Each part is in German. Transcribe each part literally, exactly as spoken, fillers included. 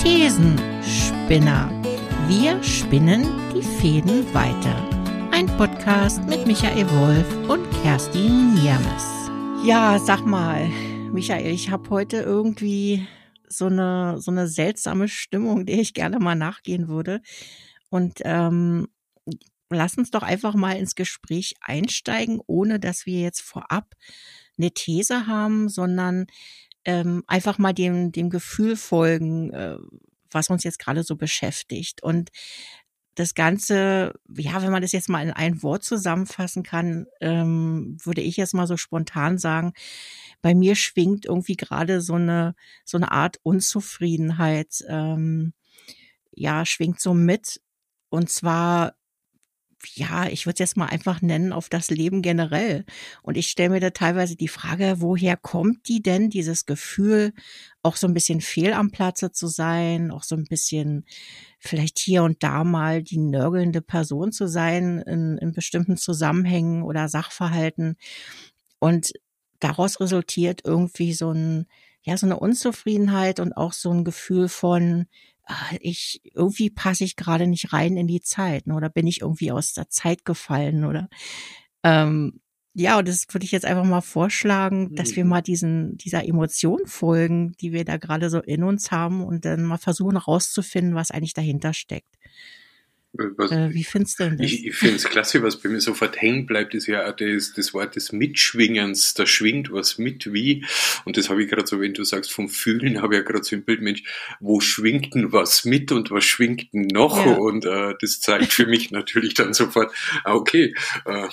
Thesenspinner. Wir spinnen die Fäden weiter. Ein Podcast mit Michael Wolf und Kerstin Niermes. Ja, sag mal, Michael, ich habe heute irgendwie so eine so eine seltsame Stimmung, der ich gerne mal nachgehen würde. Und ähm, lass uns doch einfach mal ins Gespräch einsteigen, ohne dass wir jetzt vorab eine These haben, sondern ähm, einfach mal dem dem Gefühl folgen, äh, was uns jetzt gerade so beschäftigt. Und das Ganze, ja, wenn man das jetzt mal in ein Wort zusammenfassen kann, ähm, würde ich jetzt mal so spontan sagen, bei mir schwingt irgendwie gerade so eine so eine Art Unzufriedenheit, ähm, ja, schwingt so mit. Und zwar, ja, ich würde es jetzt mal einfach nennen, auf das Leben generell. Und ich stelle mir da teilweise die Frage, woher kommt die denn, dieses Gefühl, auch so ein bisschen fehl am Platze zu sein, auch so ein bisschen vielleicht hier und da mal die nörgelnde Person zu sein in, in bestimmten Zusammenhängen oder Sachverhalten. Und daraus resultiert irgendwie so ein, ja, so eine Unzufriedenheit und auch so ein Gefühl von, ah, ich, irgendwie passe ich gerade nicht rein in die Zeit, ne, oder bin ich irgendwie aus der Zeit gefallen oder, ähm, ja, und das würde ich jetzt einfach mal vorschlagen, dass wir mal diesen, dieser Emotion folgen, die wir da gerade so in uns haben und dann mal versuchen rauszufinden, was eigentlich dahinter steckt. Was, Äh, wie findest du denn das? ich ich finde es klasse, was bei mir sofort hängen bleibt, ist ja auch das, das Wort des Mitschwingens. Da schwingt was mit, wie. Und das habe ich gerade so, wenn du sagst, vom Fühlen, habe ich ja gerade so ein Bild, Mensch, wo schwingt denn was mit und was schwingt denn noch? Ja. Und äh, das zeigt für mich natürlich dann sofort, ah, okay, äh,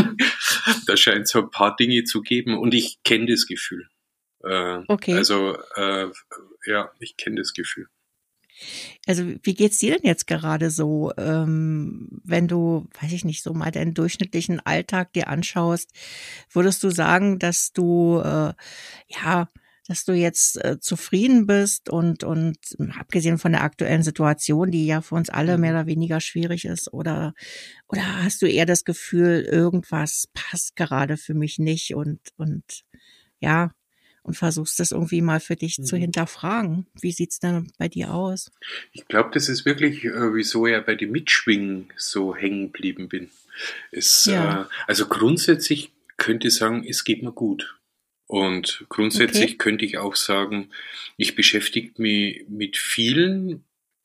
da scheint es so ein paar Dinge zu geben und ich kenne das Gefühl. Äh, Okay. Also, äh, ja, ich kenne das Gefühl. Also wie geht's dir denn jetzt gerade so, ähm, wenn du, weiß ich nicht, so mal deinen durchschnittlichen Alltag dir anschaust, würdest du sagen, dass du, äh, ja, dass du jetzt äh, zufrieden bist und und abgesehen von der aktuellen Situation, die ja für uns alle mehr oder weniger schwierig ist, oder oder hast du eher das Gefühl, irgendwas passt gerade für mich nicht und und ja, und versuchst das irgendwie mal für dich zu Mhm. hinterfragen? Wie sieht's denn bei dir aus? Ich glaube, das ist wirklich, äh, wieso ja bei dem Mitschwingen so hängen geblieben bin. Es, Ja. äh, also grundsätzlich könnte ich sagen, es geht mir gut. Und Okay. grundsätzlich könnte ich auch sagen, ich beschäftige mich mit vielen,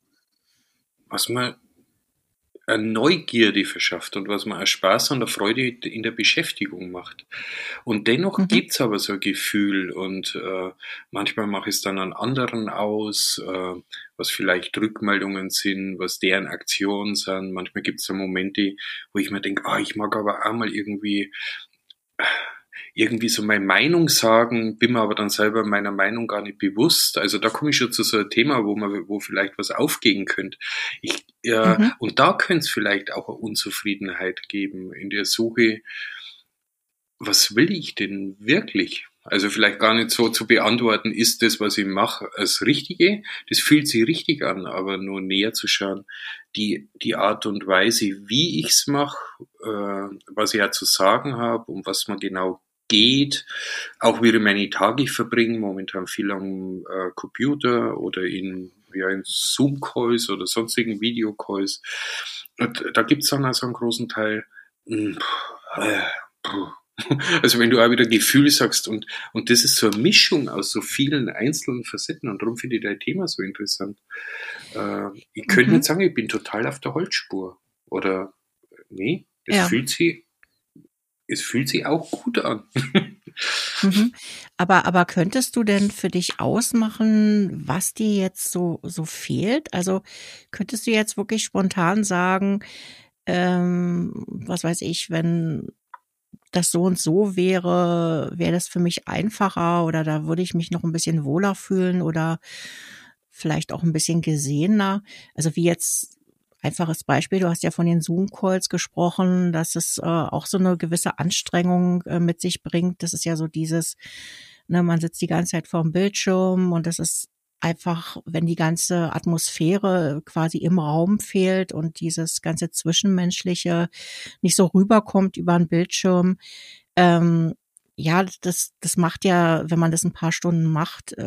was man eine Neugierde verschafft und was man auch Spaß und eine Freude in der Beschäftigung macht. Und dennoch Mhm. gibt's aber so ein Gefühl und äh, manchmal mache ich es dann an anderen aus, äh, was vielleicht Rückmeldungen sind, was deren Aktionen sind. Manchmal gibt's so Momente, wo ich mir denke, ah, ich mag aber auch mal irgendwie irgendwie so meine Meinung sagen, bin mir aber dann selber meiner Meinung gar nicht bewusst. Also da komme ich schon zu so einem Thema, wo man, wo vielleicht was aufgehen könnte. Ich, ja, Mhm. und da könnte es vielleicht auch eine Unzufriedenheit geben in der Suche, was will ich denn wirklich? Also vielleicht gar nicht so zu beantworten, ist das, was ich mache, das Richtige? Das fühlt sich richtig an, aber nur näher zu schauen, die, die Art und Weise, wie ich's mache, äh, was ich ja zu sagen habe, um was man genau geht, auch wie meine Tage ich verbringe, momentan viel am äh, Computer oder in, ja, in Zoom-Calls oder sonstigen Videocalls. Und da gibt's dann also einen großen Teil, mh, äh, puh, also wenn du auch wieder Gefühl sagst und, und das ist so eine Mischung aus so vielen einzelnen Facetten und darum finde ich dein Thema so interessant. Äh, ich könnte Mhm. nicht sagen, ich bin total auf der Holzspur oder nee, es Ja. fühlt sich, es fühlt sich auch gut an. Mhm. Aber aber könntest du denn für dich ausmachen, was dir jetzt so so fehlt? Also, könntest du jetzt wirklich spontan sagen, ähm, was weiß ich, wenn das so und so wäre, wäre das für mich einfacher oder da würde ich mich noch ein bisschen wohler fühlen oder vielleicht auch ein bisschen gesehener? Also, wie jetzt einfaches Beispiel, du hast ja von den Zoom-Calls gesprochen, dass es, äh, auch so eine gewisse Anstrengung, äh, mit sich bringt. Das ist ja so dieses, ne, man sitzt die ganze Zeit vorm Bildschirm und das ist einfach, wenn die ganze Atmosphäre quasi im Raum fehlt und dieses ganze Zwischenmenschliche nicht so rüberkommt über 'n Bildschirm, ähm, ja, das das macht ja, wenn man das ein paar Stunden macht, äh,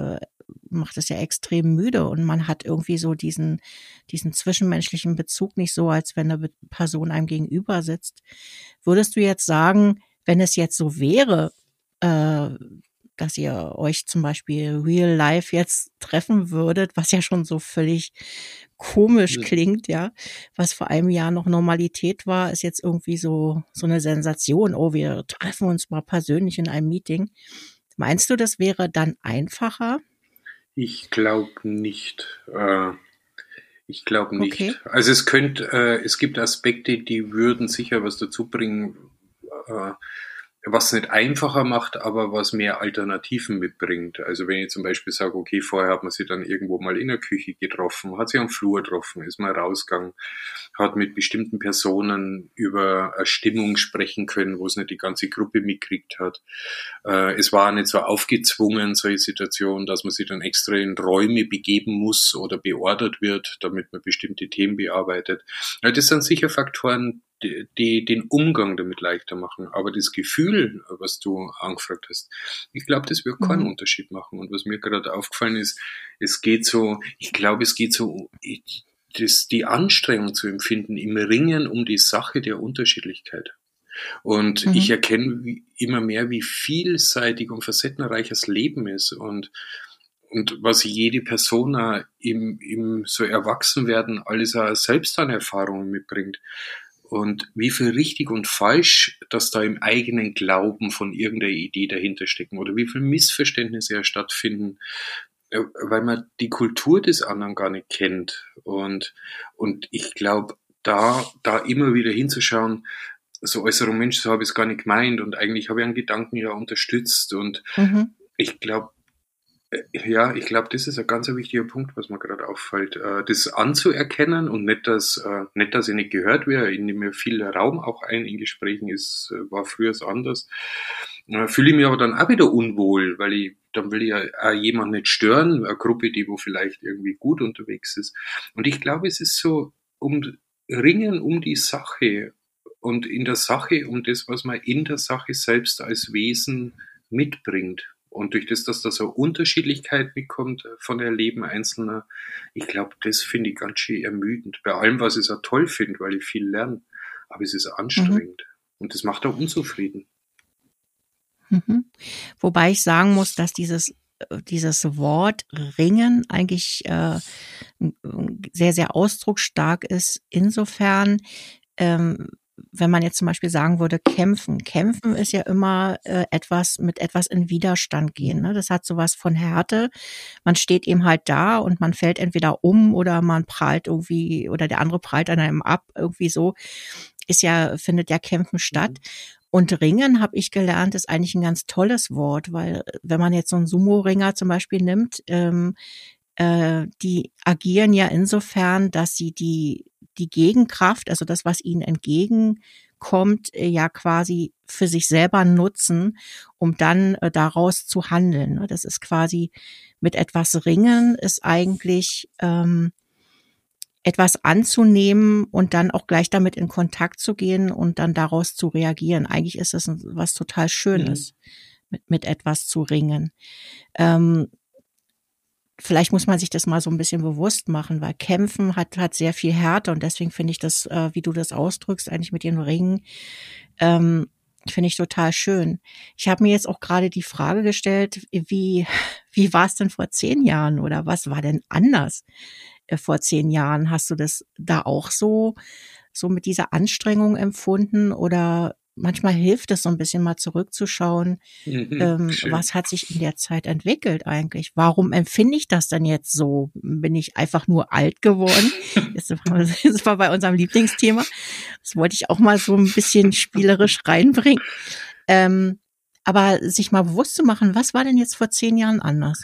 macht es ja extrem müde und man hat irgendwie so diesen, diesen zwischenmenschlichen Bezug nicht so, als wenn eine Person einem gegenüber sitzt. Würdest du jetzt sagen, wenn es jetzt so wäre, äh, dass ihr euch zum Beispiel real life jetzt treffen würdet, was ja schon so völlig komisch klingt, ja, was vor einem Jahr noch Normalität war, ist jetzt irgendwie so, so eine Sensation. Oh, wir treffen uns mal persönlich in einem Meeting. Meinst du, das wäre dann einfacher? Ich glaube nicht. Äh, ich glaube nicht. Okay. Also es könnte, äh, es gibt Aspekte, die würden sicher was dazu bringen, äh, was nicht einfacher macht, aber was mehr Alternativen mitbringt. Also wenn ich zum Beispiel sage, okay, vorher hat man sich dann irgendwo mal in der Küche getroffen, hat sich am Flur getroffen, ist mal rausgegangen, hat mit bestimmten Personen über eine Stimmung sprechen können, wo es nicht die ganze Gruppe mitgekriegt hat. Äh, es war nicht so aufgezwungen, solche Situationen, dass man sich dann extra in Räume begeben muss oder beordert wird, damit man bestimmte Themen bearbeitet. Ja, das sind sicher Faktoren, die, die den Umgang damit leichter machen. Aber das Gefühl, was du angefragt hast, ich glaube, das wird keinen Mhm. Unterschied machen. Und was mir gerade aufgefallen ist, es geht so, ich glaube, es geht so, ich, das, die Anstrengung zu empfinden im Ringen um die Sache der Unterschiedlichkeit. Und Mhm. ich erkenne wie, immer mehr, wie vielseitig und facettenreich das Leben ist und und was jede Person auch im, im so Erwachsenwerden alles auch selbst an Erfahrungen mitbringt. Und wie viel richtig und falsch, dass da im eigenen Glauben von irgendeiner Idee dahinter stecken oder wie viel Missverständnisse ja stattfinden, äh, weil man die Kultur des anderen gar nicht kennt. Und, und ich glaube, da, da immer wieder hinzuschauen, so äußerer Mensch, so habe ich es gar nicht gemeint und eigentlich habe ich einen Gedanken ja unterstützt und Mhm. ich glaube, ja, ich glaube, das ist ein ganz wichtiger Punkt, was mir gerade auffällt, äh, das anzuerkennen und nicht, dass, äh, nicht, dass ich nicht gehört werde. Ich nehme mir viel Raum auch ein in Gesprächen, es äh, war früher anders. Äh, fühle ich mich aber dann auch wieder unwohl, weil ich, dann will ich ja auch jemanden nicht stören, eine Gruppe, die wo vielleicht irgendwie gut unterwegs ist. Und ich glaube, es ist so um Ringen um die Sache und in der Sache um das, was man in der Sache selbst als Wesen mitbringt. Und durch das, dass da so Unterschiedlichkeit mitkommt von der Leben Einzelner, ich glaube, das finde ich ganz schön ermüdend. Bei allem, was ich so toll finde, weil ich viel lerne. Aber es ist anstrengend. Mhm. Und das macht auch unzufrieden. Mhm. Wobei ich sagen muss, dass dieses, dieses Wort Ringen eigentlich äh, sehr, sehr ausdrucksstark ist. Insofern, ähm, wenn man jetzt zum Beispiel sagen würde, kämpfen. Kämpfen ist ja immer äh, etwas mit etwas in Widerstand gehen. Ne? Das hat sowas von Härte. Man steht eben halt da und man fällt entweder um oder man prallt irgendwie oder der andere prallt an einem ab. Irgendwie so ist ja, findet ja Kämpfen statt. Und Ringen, habe ich gelernt, ist eigentlich ein ganz tolles Wort, weil wenn man jetzt so einen Sumo-Ringer zum Beispiel nimmt, ähm, äh, die agieren ja insofern, dass sie die die Gegenkraft, also das, was ihnen entgegenkommt, ja quasi für sich selber nutzen, um dann äh, daraus zu handeln. Das ist quasi mit etwas ringen, ist eigentlich ähm, etwas anzunehmen und dann auch gleich damit in Kontakt zu gehen und dann daraus zu reagieren. Eigentlich ist das was total Schönes, mhm. mit, mit etwas zu ringen. Ähm, Vielleicht muss man sich das mal so ein bisschen bewusst machen, weil Kämpfen hat hat sehr viel Härte und deswegen finde ich das, äh, wie du das ausdrückst, eigentlich mit den Ringen, ähm, finde ich total schön. Ich habe mir jetzt auch gerade die Frage gestellt, wie wie war es denn vor zehn Jahren oder was war denn anders äh, vor zehn Jahren? Hast du das da auch so so mit dieser Anstrengung empfunden oder manchmal hilft es so ein bisschen mal zurückzuschauen, Mhm, ähm, schön. was hat sich in der Zeit entwickelt eigentlich? Warum empfinde ich das denn jetzt so? Bin ich einfach nur alt geworden? Das war bei unserem Lieblingsthema. Das wollte ich auch mal so ein bisschen spielerisch reinbringen. Ähm, aber sich mal bewusst zu machen, was war denn jetzt vor zehn Jahren anders?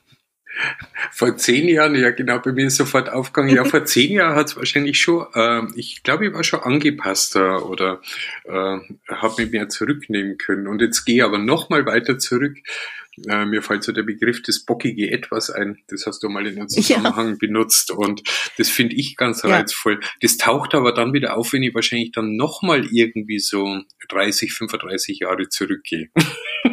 Vor zehn Jahren, ja genau, bei mir ist sofort aufgegangen, ja, vor zehn Jahren hat es wahrscheinlich schon, äh, ich glaube, ich war schon angepasster oder äh, habe mich mehr zurücknehmen können. Und jetzt gehe ich aber noch mal weiter zurück. Äh, mir fällt so der Begriff das bockige Etwas ein, das hast du mal in einem Zusammenhang ja. benutzt und das finde ich ganz reizvoll. Ja. Das taucht aber dann wieder auf, wenn ich wahrscheinlich dann noch mal irgendwie so dreißig, fünfunddreißig Jahre zurückgehe.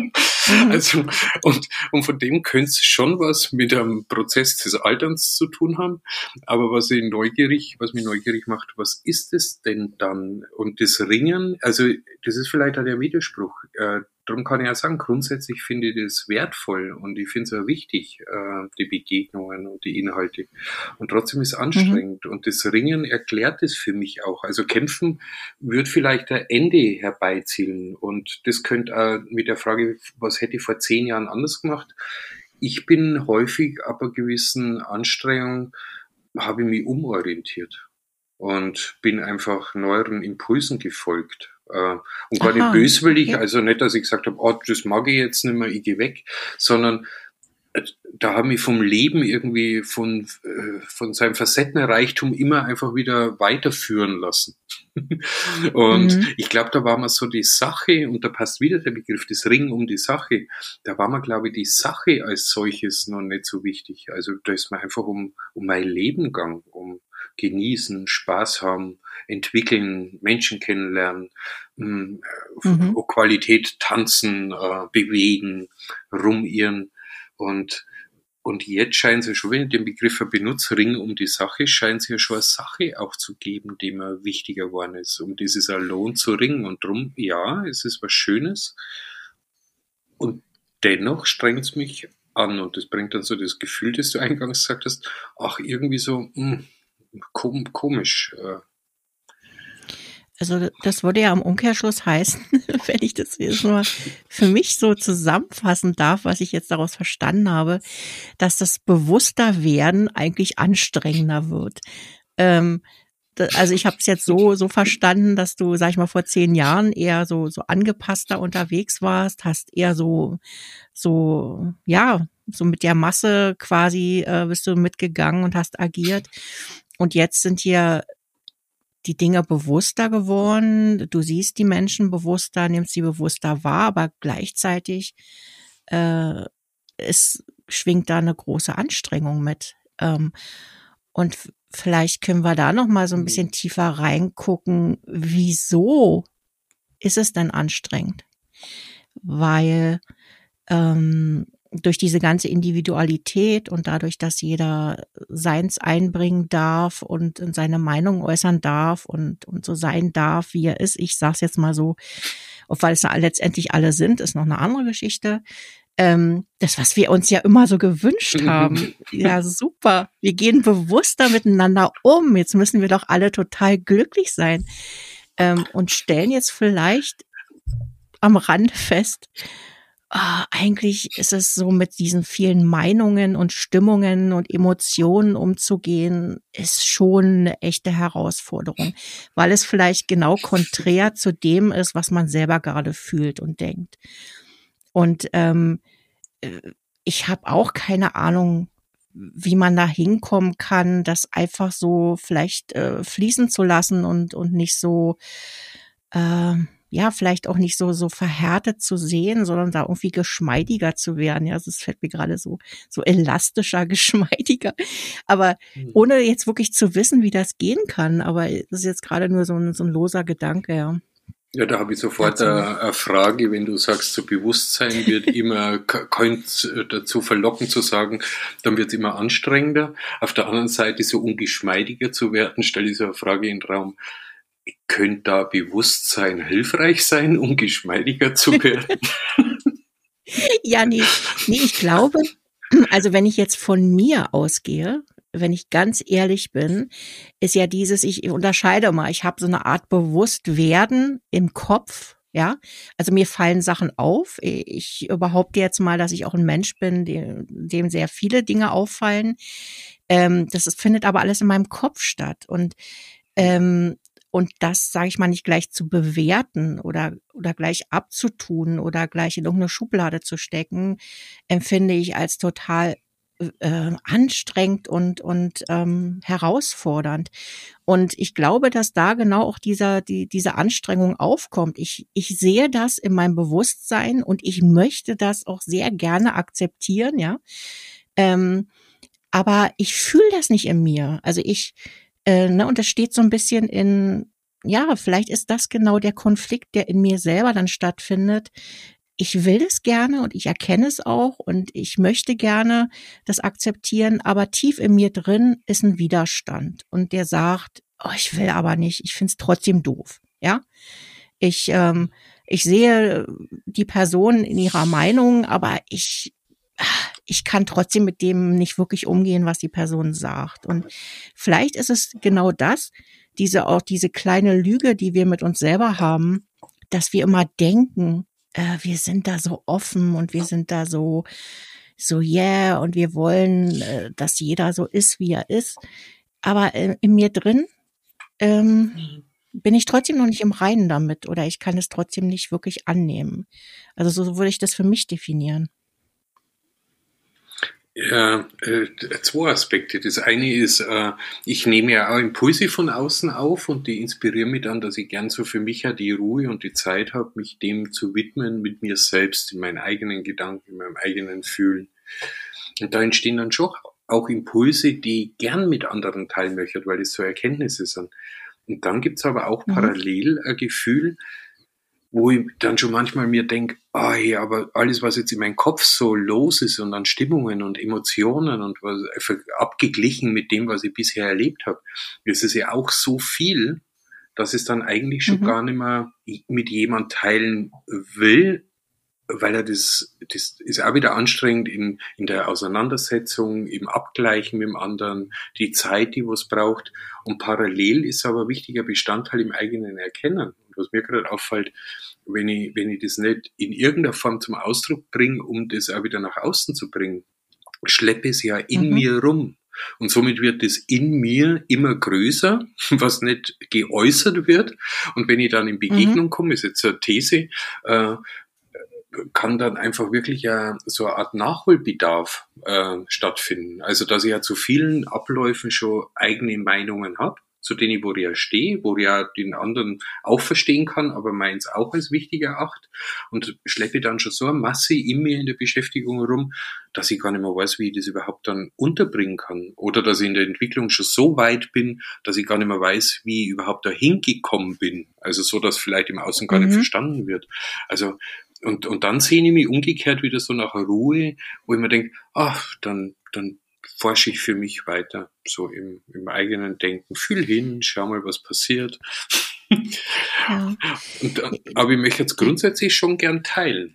Mhm. Also, und, und von dem könnte es schon was mit dem Prozess des Alterns zu tun haben. Aber was ich neugierig, was mich neugierig macht, was ist es denn dann? Und das Ringen, also, das ist vielleicht auch der Widerspruch. Äh, darum kann ich auch sagen, grundsätzlich finde ich das wertvoll und ich finde es auch wichtig, äh, die Begegnungen und die Inhalte. Und trotzdem ist es anstrengend. Mhm. Und das Ringen erklärt es für mich auch. Also Kämpfen wird vielleicht ein Ende herbeizielen. Und das könnte auch mit der Frage, was hätte ich vor zehn Jahren anders gemacht? Ich bin häufig ab einer gewissen Anstrengung, habe ich mich umorientiert und bin einfach neueren Impulsen gefolgt. Und gar nicht böswillig, okay. Also nicht, dass ich gesagt habe, oh, das mag ich jetzt nicht mehr, ich gehe weg, sondern da habe ich vom Leben irgendwie von, von seinem Facettenreichtum immer einfach wieder weiterführen lassen. Und mhm. ich glaube, da war mir so die Sache, und da passt wieder der Begriff des Ringen um die Sache, da war mir, glaube ich, die Sache als solches noch nicht so wichtig. Also da ist mir einfach um, um mein Leben gegangen, um genießen, Spaß haben, entwickeln, Menschen kennenlernen, mhm. Qualität tanzen, äh, bewegen, rumirren. Und, und jetzt scheint es ja schon, wenn ich den Begriff benutze, Ring um die Sache, scheint es ja schon eine Sache auch zu geben, die mir wichtiger geworden ist, um dieses Alone zu ringen. Und drum, ja, es ist was Schönes. Und dennoch strengt es mich an. Und das bringt dann so das Gefühl, das du eingangs gesagt hast, ach, irgendwie so, mh, kom- komisch. Äh. Also das würde ja im Umkehrschluss heißen, wenn ich das jetzt nur für mich so zusammenfassen darf, was ich jetzt daraus verstanden habe, dass das Bewussterwerden eigentlich anstrengender wird. Ähm, also ich habe es jetzt so so verstanden, dass du, sag ich mal, vor zehn Jahren eher so so angepasster unterwegs warst, hast eher so so ja so mit der Masse quasi äh, bist du mitgegangen und hast agiert. Und jetzt sind hier die Dinge bewusster geworden. Du siehst die Menschen bewusster, nimmst sie bewusster wahr, aber gleichzeitig äh, es schwingt da eine große Anstrengung mit. Ähm, und f- vielleicht können wir da noch mal so ein bisschen tiefer reingucken. Wieso ist es denn anstrengend? Weil ähm, durch diese ganze Individualität und dadurch, dass jeder seins einbringen darf und seine Meinung äußern darf und, und so sein darf, wie er ist. Ich sag's jetzt mal so, und weil es letztendlich alle sind, ist noch eine andere Geschichte. Ähm, das, was wir uns ja immer so gewünscht haben. Ja, super. Wir gehen bewusster miteinander um. Jetzt müssen wir doch alle total glücklich sein. Ähm, und stellen jetzt vielleicht am Rand fest, Ah, eigentlich ist es so, mit diesen vielen Meinungen und Stimmungen und Emotionen umzugehen, ist schon eine echte Herausforderung, weil es vielleicht genau konträr zu dem ist, was man selber gerade fühlt und denkt. Und ähm, ich habe auch keine Ahnung, wie man da hinkommen kann, das einfach so vielleicht äh, fließen zu lassen und und nicht so äh, ja, vielleicht auch nicht so so verhärtet zu sehen, sondern da irgendwie geschmeidiger zu werden. Ja, also es fällt mir gerade so so elastischer, geschmeidiger. Aber ohne jetzt wirklich zu wissen, wie das gehen kann. Aber das ist jetzt gerade nur so ein, so ein loser Gedanke, ja. Ja, da habe ich sofort eine, eine Frage, wenn du sagst, so Bewusstsein wird immer, könnte dazu verlocken zu sagen, dann wird es immer anstrengender. Auf der anderen Seite so ungeschmeidiger zu werden, stelle ich so eine Frage in den Raum. Könnte da Bewusstsein hilfreich sein, um geschmeidiger zu werden? Ja, nee, nee, ich glaube, also wenn ich jetzt von mir ausgehe, wenn ich ganz ehrlich bin, ist ja dieses, ich unterscheide mal, ich habe so eine Art Bewusstwerden im Kopf, ja, also mir fallen Sachen auf. Ich behaupte jetzt mal, dass ich auch ein Mensch bin, dem, dem sehr viele Dinge auffallen. Ähm, das ist, findet aber alles in meinem Kopf statt und ähm, Und das, sage ich mal, nicht gleich zu bewerten oder oder gleich abzutun oder gleich in irgendeine Schublade zu stecken, empfinde ich als total äh, anstrengend und und ähm, herausfordernd. Und ich glaube, dass da genau auch dieser die diese Anstrengung aufkommt. Ich ich sehe das in meinem Bewusstsein und ich möchte das auch sehr gerne akzeptieren, ja. Ähm, aber ich fühle das nicht in mir. Also ich Äh, ne, und das steht so ein bisschen in, ja, vielleicht ist das genau der Konflikt, der in mir selber dann stattfindet. ich will es gerne und ich erkenne es auch und ich möchte gerne das akzeptieren, aber tief in mir drin ist ein Widerstand und der sagt, oh, ich will aber nicht, ich find's trotzdem doof, ja. Ich, ähm, ich sehe die Person in ihrer Meinung, aber ich, ich kann trotzdem mit dem nicht wirklich umgehen, was die Person sagt. Und vielleicht ist es genau das, diese, auch diese kleine Lüge, die wir mit uns selber haben, dass wir immer denken, äh, wir sind da so offen und wir sind da so, so yeah und wir wollen, äh, dass jeder so ist, wie er ist. Aber äh, in mir drin ähm, bin ich trotzdem noch nicht im Reinen damit oder ich kann es trotzdem nicht wirklich annehmen. Also so würde ich das für mich definieren. Ja, äh, zwei Aspekte. Das eine ist, äh, ich nehme ja auch Impulse von außen auf und die inspirieren mich dann, dass ich gern so für mich ja die Ruhe und die Zeit habe, mich dem zu widmen, mit mir selbst, in meinen eigenen Gedanken, in meinem eigenen Fühlen. Und da entstehen dann schon auch Impulse, die ich gern mit anderen teilen möchte, weil das so Erkenntnisse sind. Und dann gibt's aber auch Mhm. parallel ein Gefühl, wo ich dann schon manchmal mir denke, ah hey, aber alles, was jetzt in meinem Kopf so los ist und an Stimmungen und Emotionen und was abgeglichen mit dem, was ich bisher erlebt habe, ist es ja auch so viel, dass es dann eigentlich schon Mhm. gar nicht mehr mit jemand teilen will, weil er das, das ist auch wieder anstrengend in, in der Auseinandersetzung, im Abgleichen mit dem anderen, die Zeit, die was braucht. Und parallel ist aber ein wichtiger Bestandteil im eigenen Erkennen. Und was mir gerade auffällt, wenn ich, wenn ich das nicht in irgendeiner Form zum Ausdruck bringe, um das auch wieder nach außen zu bringen, schleppe es ja in Mhm. mir rum. Und somit wird das in mir immer größer, was nicht geäußert wird. Und wenn ich dann in Begegnung Mhm. komme, ist jetzt eine These, äh, kann dann einfach wirklich ja so eine Art Nachholbedarf äh, stattfinden. Also dass ich ja zu vielen Abläufen schon eigene Meinungen habe, zu denen ich wo ich ja stehe, wo ich ja den anderen auch verstehen kann, aber meins auch als wichtig erachte und schleppe dann schon so eine Masse in mir in der Beschäftigung rum, dass ich gar nicht mehr weiß, wie ich das überhaupt dann unterbringen kann. Oder dass ich in der Entwicklung schon so weit bin, dass ich gar nicht mehr weiß, wie ich überhaupt dahin gekommen bin. Also so, dass vielleicht im Außen gar nicht Mhm. verstanden wird. Also Und, und dann sehe ich mich umgekehrt wieder so nach Ruhe, wo ich mir denke, ach, dann, dann forsche ich für mich weiter, so im, im eigenen Denken. Fühl hin, schau mal, was passiert. Ja. Und, aber ich möchte jetzt grundsätzlich schon gern teilen.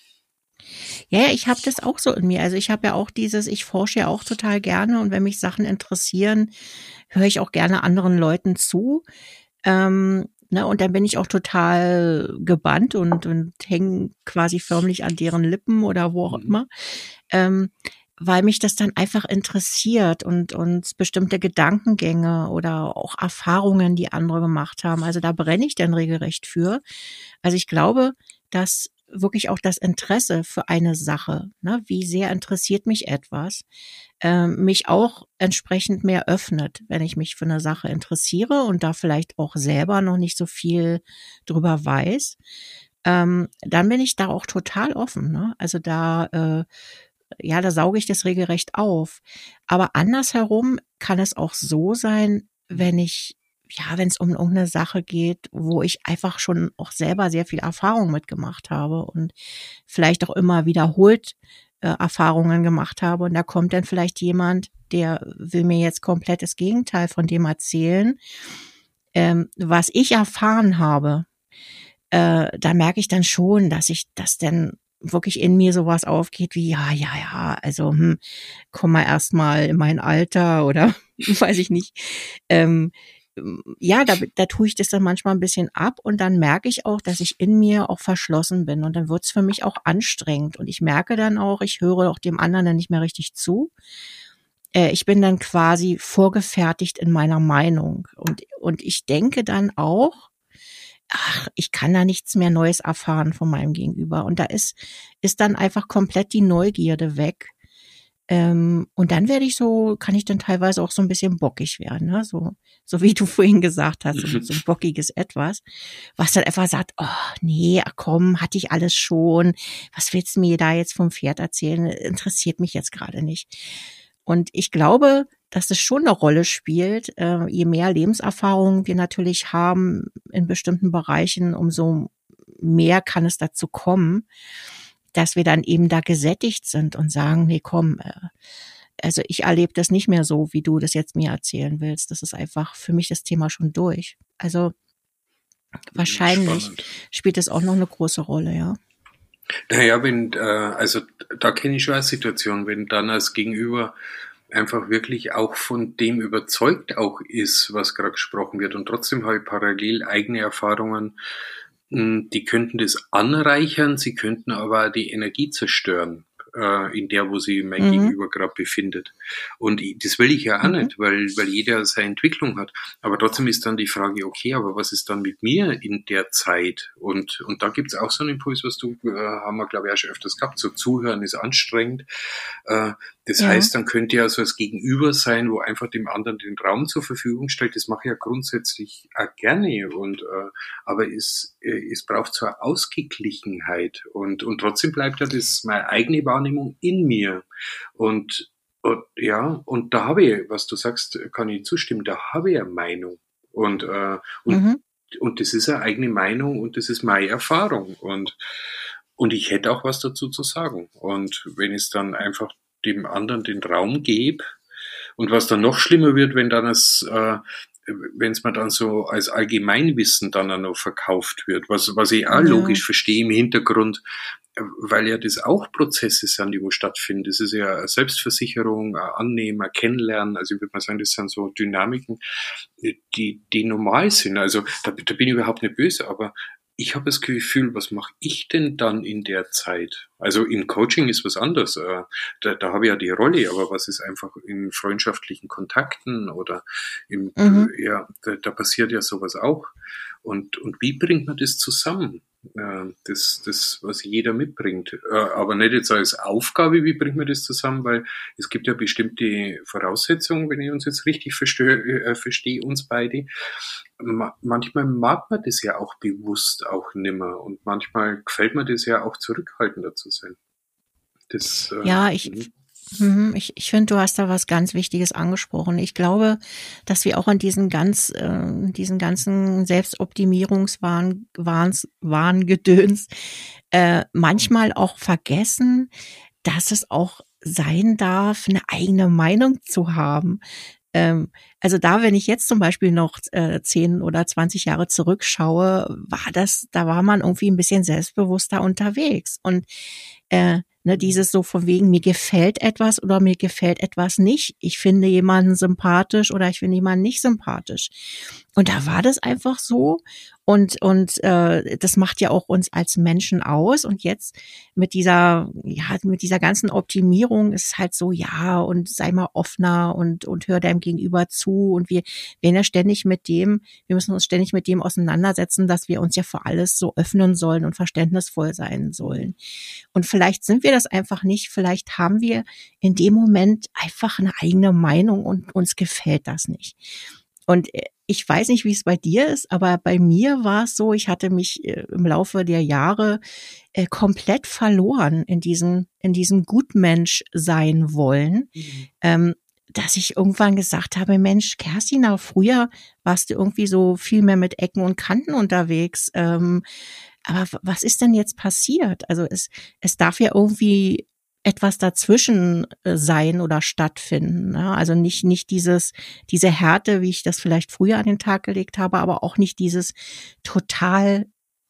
Ja, ich habe das auch so in mir. Also ich habe ja auch dieses, ich forsche ja auch total gerne und wenn mich Sachen interessieren, höre ich auch gerne anderen Leuten zu. Ähm, ne, und dann bin ich auch total gebannt und, und hänge quasi förmlich an deren Lippen oder wo auch Mhm. immer, ähm, weil mich das dann einfach interessiert und, und bestimmte Gedankengänge oder auch Erfahrungen, die andere gemacht haben. Also da brenne ich dann regelrecht für. Also ich glaube, dass wirklich auch das Interesse für eine Sache, ne, wie sehr interessiert mich etwas, ähm, mich auch entsprechend mehr öffnet, wenn ich mich für eine Sache interessiere und da vielleicht auch selber noch nicht so viel drüber weiß, ähm, dann bin ich da auch total offen, ne? Also da, äh, ja, da sauge ich das regelrecht auf. Aber andersherum kann es auch so sein, wenn ich, ja, wenn es um irgendeine Sache geht, wo ich einfach schon auch selber sehr viel Erfahrung mitgemacht habe und vielleicht auch immer wiederholt äh, Erfahrungen gemacht habe. Und da kommt dann vielleicht jemand, der will mir jetzt komplett das Gegenteil von dem erzählen, ähm, was ich erfahren habe. Äh, da merke ich dann schon, dass ich das dann wirklich in mir sowas aufgeht wie, ja, ja, ja, also hm, komm mal erst mal in mein Alter oder weiß ich nicht. Ähm, ja, da, da tue ich das dann manchmal ein bisschen ab und dann merke ich auch, dass ich in mir auch verschlossen bin und dann wird's für mich auch anstrengend und ich merke dann auch, ich höre auch dem anderen dann nicht mehr richtig zu. Äh, ich bin dann quasi vorgefertigt in meiner Meinung und, und ich denke dann auch, ach, ich kann da nichts mehr Neues erfahren von meinem Gegenüber. Und da ist, ist dann einfach komplett die Neugierde weg. Ähm, und dann werde ich so, kann ich dann teilweise auch so ein bisschen bockig werden, ne? So, so wie du vorhin gesagt hast, so, so ein bockiges Etwas, was dann einfach sagt, oh, nee, ach komm, hatte ich alles schon. Was willst du mir da jetzt vom Pferd erzählen? Interessiert mich jetzt gerade nicht. Und ich glaube, dass es schon eine Rolle spielt, äh, je mehr Lebenserfahrung wir natürlich haben in bestimmten Bereichen, umso mehr kann es dazu kommen. dass wir dann eben da gesättigt sind und sagen, nee, komm, äh, also ich erlebe das nicht mehr so, wie du das jetzt mir erzählen willst. Das ist einfach für mich das Thema schon durch. Also wahrscheinlich Spannend. spielt es auch noch eine große Rolle, ja. Naja, wenn, äh, also da kenne ich schon eine Situation, wenn dann als Gegenüber einfach wirklich auch von dem überzeugt auch ist, was gerade gesprochen wird, und trotzdem habe ich parallel eigene Erfahrungen, mh, die könnten das anreichern, sie könnten aber die Energie zerstören, äh, in der, wo sich mein Mhm. Gegenüber gerade befindet. Und ich, das will ich ja auch Mhm. nicht, weil, weil jeder seine Entwicklung hat. Aber trotzdem ist dann die Frage, okay, aber was ist dann mit mir in der Zeit? Und, und da gibt es auch so einen Impuls, was du, äh, haben wir glaube ich auch schon öfters gehabt, so Zuhören ist anstrengend. Äh, das Ja. heißt, dann könnte ja so das Gegenüber sein, wo einfach dem anderen den Raum zur Verfügung stellt. Das mache ich ja grundsätzlich auch gerne. Und, äh, aber es, äh, es braucht so eine Ausgeglichenheit. Und, und trotzdem bleibt ja das meine eigene Wahrnehmung in mir. Und, und ja, und da habe ich, was du sagst, kann ich zustimmen, da habe ich eine Meinung. Und, äh, und, Mhm. und das ist eine eigene Meinung und das ist meine Erfahrung. Und, und ich hätte auch was dazu zu sagen. Und wenn es dann einfach dem anderen den Raum gebe, und was dann noch schlimmer wird, wenn dann es, äh, wenn es mir dann so als Allgemeinwissen dann auch noch verkauft wird, was, was ich auch Ja. logisch verstehe im Hintergrund, äh, weil ja das auch Prozesse sind, die wo stattfinden. Das ist ja eine Selbstversicherung, ein Annehmen, ein Kennenlernen. Also ich würde mal sagen, das sind so Dynamiken, die, die normal sind. Also da, da bin ich überhaupt nicht böse, aber ich habe das Gefühl, was mache ich denn dann in der Zeit? Also im Coaching ist was anderes. äh, Da, da habe ich ja die Rolle, aber was ist einfach in freundschaftlichen Kontakten oder im, Mhm. ja, da, da passiert ja sowas auch. Und, und wie bringt man das zusammen? Äh, Das, das, was jeder mitbringt. Äh, Aber nicht jetzt als Aufgabe, wie bringt man das zusammen, weil es gibt ja bestimmte Voraussetzungen, wenn ich uns jetzt richtig verstehe, äh, verstehe uns beide. Ma- Manchmal mag man das ja auch bewusst auch nimmer und manchmal gefällt mir das ja auch zurückhaltender zu sein. Das, äh, Ja, ich, mhm. mhm, ich, ich finde, du hast da was ganz Wichtiges angesprochen. Ich glaube, dass wir auch an diesen ganz, äh, diesen ganzen Selbstoptimierungswahn, Wahns, Wahngedöns, äh, manchmal auch vergessen, dass es auch sein darf, eine eigene Meinung zu haben. Ähm, also da, wenn ich jetzt zum Beispiel noch äh, zehn oder zwanzig Jahre zurückschaue, war das, da war man irgendwie ein bisschen selbstbewusster unterwegs. Und äh, ne, dieses so von wegen, mir gefällt etwas oder mir gefällt etwas nicht. Ich finde jemanden sympathisch oder ich finde jemanden nicht sympathisch. Und da war das einfach so. Und, und äh, das macht ja auch uns als Menschen aus. Und jetzt mit dieser, ja, mit dieser ganzen Optimierung ist es halt so, ja, und sei mal offener und, und hör deinem Gegenüber zu. Und wir werden ja ständig mit dem, wir müssen uns ständig mit dem auseinandersetzen, dass wir uns ja für alles so öffnen sollen und verständnisvoll sein sollen. Und vielleicht sind wir das einfach nicht. Vielleicht haben wir in dem Moment einfach eine eigene Meinung und uns gefällt das nicht. Und äh, ich weiß nicht, wie es bei dir ist, aber bei mir war es so, ich hatte mich äh, im Laufe der Jahre äh, komplett verloren in diesem, in diesem Gutmensch sein wollen, Mhm. ähm, dass ich irgendwann gesagt habe, Mensch, Kerstin, früher warst du irgendwie so viel mehr mit Ecken und Kanten unterwegs. Ähm, aber w- was ist denn jetzt passiert? Also es, es darf ja irgendwie etwas dazwischen äh, sein oder stattfinden. Ne? Also nicht, nicht dieses, diese Härte, wie ich das vielleicht früher an den Tag gelegt habe, aber auch nicht dieses total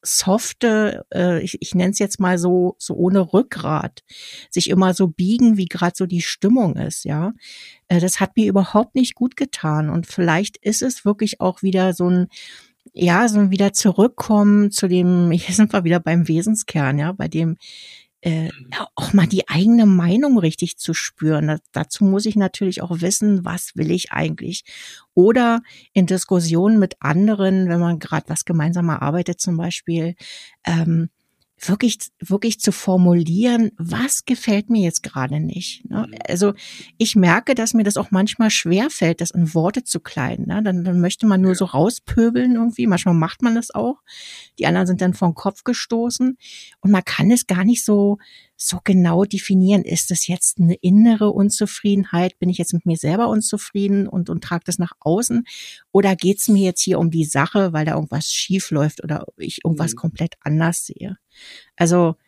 softe, äh, ich, ich nenne es jetzt mal so, so ohne Rückgrat, sich immer so biegen, wie gerade so die Stimmung ist, ja. Äh, das hat mir überhaupt nicht gut getan. Und vielleicht ist es wirklich auch wieder so ein, ja, so ein wieder zurückkommen zu dem, hier sind wir wieder beim Wesenskern, ja, bei dem äh, ja, auch mal die eigene Meinung richtig zu spüren. Da, dazu muss ich natürlich auch wissen, was will ich eigentlich? Oder in Diskussionen mit anderen, wenn man gerade was gemeinsam erarbeitet zum Beispiel, ähm, wirklich, wirklich zu formulieren, was gefällt mir jetzt gerade nicht. Ne? Mhm. Also ich merke, dass mir das auch manchmal schwerfällt, das in Worte zu kleiden. Ne? Dann, dann möchte man nur Ja. so rauspöbeln irgendwie. Manchmal macht man das auch. Die anderen sind dann vom Kopf gestoßen. Und man kann es gar nicht so, so genau definieren. Ist das jetzt eine innere Unzufriedenheit? Bin ich jetzt mit mir selber unzufrieden und, und trage das nach außen? Oder geht's mir jetzt hier um die Sache, weil da irgendwas schief läuft oder ich irgendwas Mhm. komplett anders sehe? Also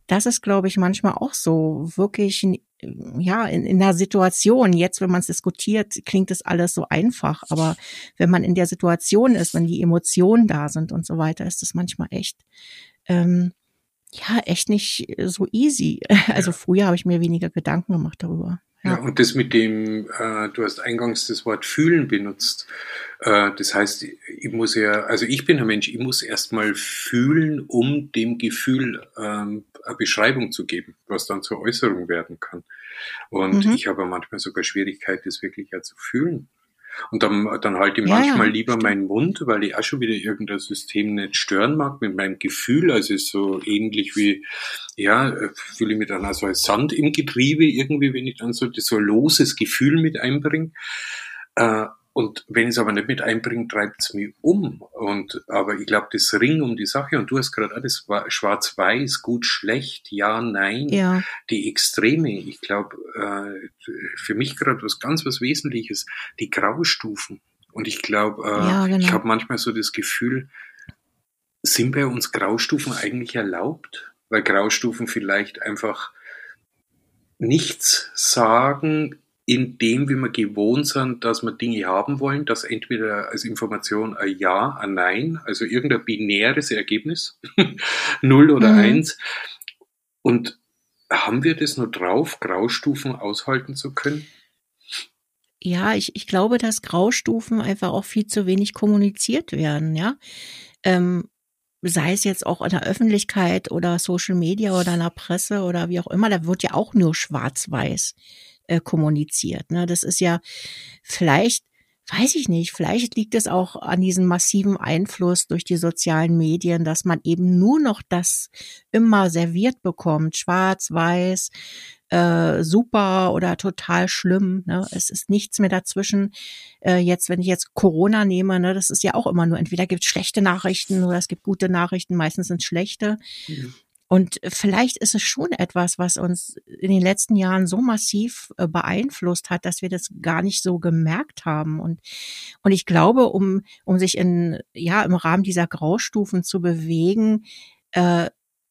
das ist, glaube ich, manchmal auch so wirklich, ja, in, in der Situation. Jetzt, wenn man es diskutiert, klingt das alles so einfach. Aber wenn man in der Situation ist, wenn die Emotionen da sind und so weiter, ist das manchmal echt, ähm, ja, echt nicht so easy. Also Ja. früher habe ich mir weniger Gedanken gemacht darüber. Ja, Ja. und das mit dem, äh, du hast eingangs das Wort fühlen benutzt. Äh, das heißt, ich muss ja, also ich bin ein Mensch, ich muss erstmal fühlen, um dem Gefühl ähm, eine Beschreibung zu geben, was dann zur Äußerung werden kann. Und Mhm. ich habe manchmal sogar Schwierigkeit, das wirklich ja zu fühlen. Und dann, dann halte ich Ja, manchmal ja, lieber stimmt. meinen Mund, weil ich auch schon wieder irgendein System nicht stören mag mit meinem Gefühl. Also ist so ähnlich wie, ja, äh, fühle ich mich dann also als Sand im Getriebe irgendwie, wenn ich dann so, so ein loses Gefühl mit einbringe. Äh, und wenn ich es aber nicht mit einbringe, treibt es mich um. Und, aber ich glaube, das Ring um die Sache, und du hast gerade alles schwarz-weiß, gut, schlecht, ja, nein, Ja, die Extreme. Ich glaube, äh, für mich gerade was ganz was Wesentliches, die Graustufen. Und ich glaube, ja, äh, ich genau. habe manchmal so das Gefühl, sind bei uns Graustufen eigentlich erlaubt? Weil Graustufen vielleicht einfach nichts sagen in dem, wie wir gewohnt sind, dass wir Dinge haben wollen, dass entweder als Information ein Ja, ein Nein, also irgendein binäres Ergebnis, null oder Mhm. eins. Und haben wir das nur drauf, Graustufen aushalten zu können? Ja, ich, ich glaube, dass Graustufen einfach auch viel zu wenig kommuniziert werden, ja. Ähm, sei es jetzt auch in der Öffentlichkeit oder Social Media oder in der Presse oder wie auch immer, da wird ja auch nur schwarz-weiß äh, kommuniziert. Ne? Das ist ja vielleicht, weiß ich nicht, vielleicht liegt es auch an diesem massiven Einfluss durch die sozialen Medien, dass man eben nur noch das immer serviert bekommt, schwarz-weiß, äh, super oder total schlimm. Ne? Es ist nichts mehr dazwischen. Äh, jetzt, wenn ich jetzt Corona nehme, ne, das ist ja auch immer nur, entweder gibt es schlechte Nachrichten oder es gibt gute Nachrichten, meistens sind es schlechte. Mhm. Und vielleicht ist es schon etwas, was uns in den letzten Jahren so massiv äh, beeinflusst hat, dass wir das gar nicht so gemerkt haben. Und, und ich glaube, um, um sich in, ja, im Rahmen dieser Graustufen zu bewegen, äh,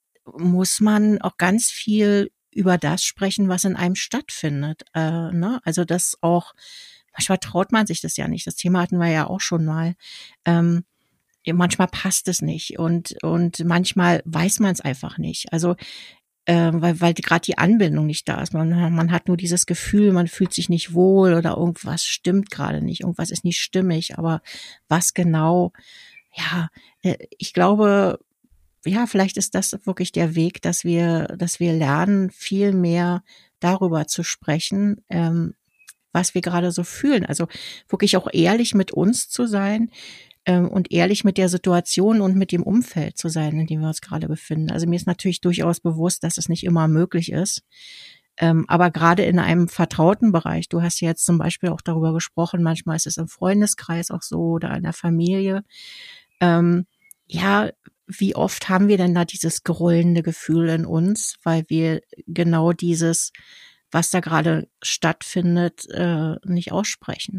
muss man auch ganz viel über das sprechen, was in einem stattfindet. Äh, ne? Also das auch, manchmal traut man sich das ja nicht. Das Thema hatten wir ja auch schon mal. Ähm, ja, manchmal passt es nicht und und manchmal weiß man es einfach nicht. Also äh, weil weil gerade die Anbindung nicht da ist. Man man hat nur dieses Gefühl, man fühlt sich nicht wohl oder irgendwas stimmt gerade nicht, irgendwas ist nicht stimmig. Aber was genau? Ja, äh, ich glaube, ja, vielleicht ist das wirklich der Weg, dass wir, dass wir lernen, viel mehr darüber zu sprechen, ähm, was wir gerade so fühlen. Also wirklich auch ehrlich mit uns zu sein, ähm, und ehrlich mit der Situation und mit dem Umfeld zu sein, in dem wir uns gerade befinden. Also mir ist natürlich durchaus bewusst, dass es nicht immer möglich ist. Ähm, aber gerade in einem vertrauten Bereich, du hast ja jetzt zum Beispiel auch darüber gesprochen, manchmal ist es im Freundeskreis auch so oder in der Familie. Ähm, ja, wie oft haben wir denn da dieses grollende Gefühl in uns, weil wir genau dieses, was da gerade stattfindet, äh, nicht aussprechen.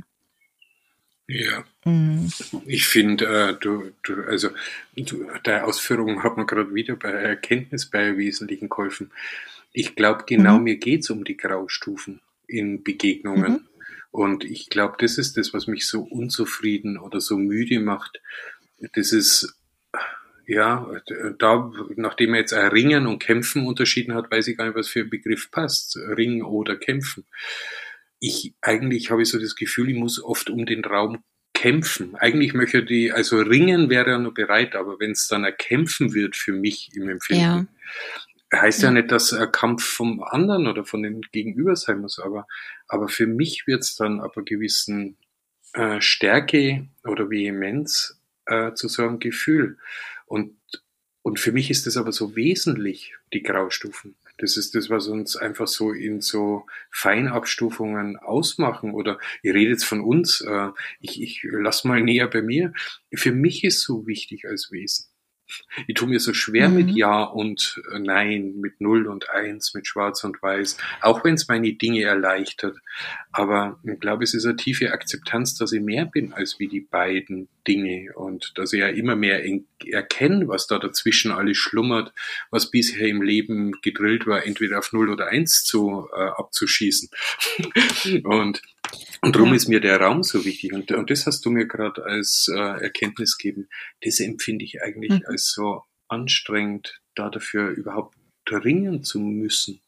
Ja, Mhm. ich finde, äh, du, du, also du, deine Ausführungen hat mir gerade wieder bei Erkenntnis bei Wesentlichen geholfen. Ich glaube, genau Mhm. mir geht's um die Graustufen in Mhm. Begegnungen. Und ich glaube, das ist das, was mich so unzufrieden oder so müde macht. Das ist, ja, da, nachdem er jetzt ein Ringen und Kämpfen unterschieden hat, weiß ich gar nicht, was für ein Begriff passt. Ringen oder Kämpfen. Ich, eigentlich habe ich so das Gefühl, ich muss oft um den Raum kämpfen. Eigentlich möchte die, also ringen wäre ja nur bereit, aber wenn es dann ein Kämpfen wird für mich im Ja, Empfinden, heißt ja ja, nicht, dass ein Kampf vom anderen oder von den Gegenüber sein muss, aber, aber für mich wird es dann ab einer gewissen äh, Stärke oder Vehemenz äh, zu so einem Gefühl. Und, und für mich ist das aber so wesentlich, die Graustufen. Das ist das, was uns einfach so in so Feinabstufungen ausmachen. Oder ihr redet von uns, äh, ich, ich lass mal näher bei mir. Für mich ist so wichtig als Wesen. Ich tue mir so schwer Mhm. mit Ja und Nein, mit Null und Eins, mit Schwarz und Weiß, auch wenn es meine Dinge erleichtert. Aber ich glaube, es ist eine tiefe Akzeptanz, dass ich mehr bin als wie die beiden Dinge und dass ich ja immer mehr erkenne, was da dazwischen alles schlummert, was bisher im Leben gedrillt war, entweder auf Null oder Eins zu äh, abzuschießen. und Und darum Ja. ist mir der Raum so wichtig. Und, und das hast du mir gerade als äh, Erkenntnis gegeben. Das empfinde ich eigentlich Mhm. als so anstrengend, da dafür überhaupt ringen zu müssen.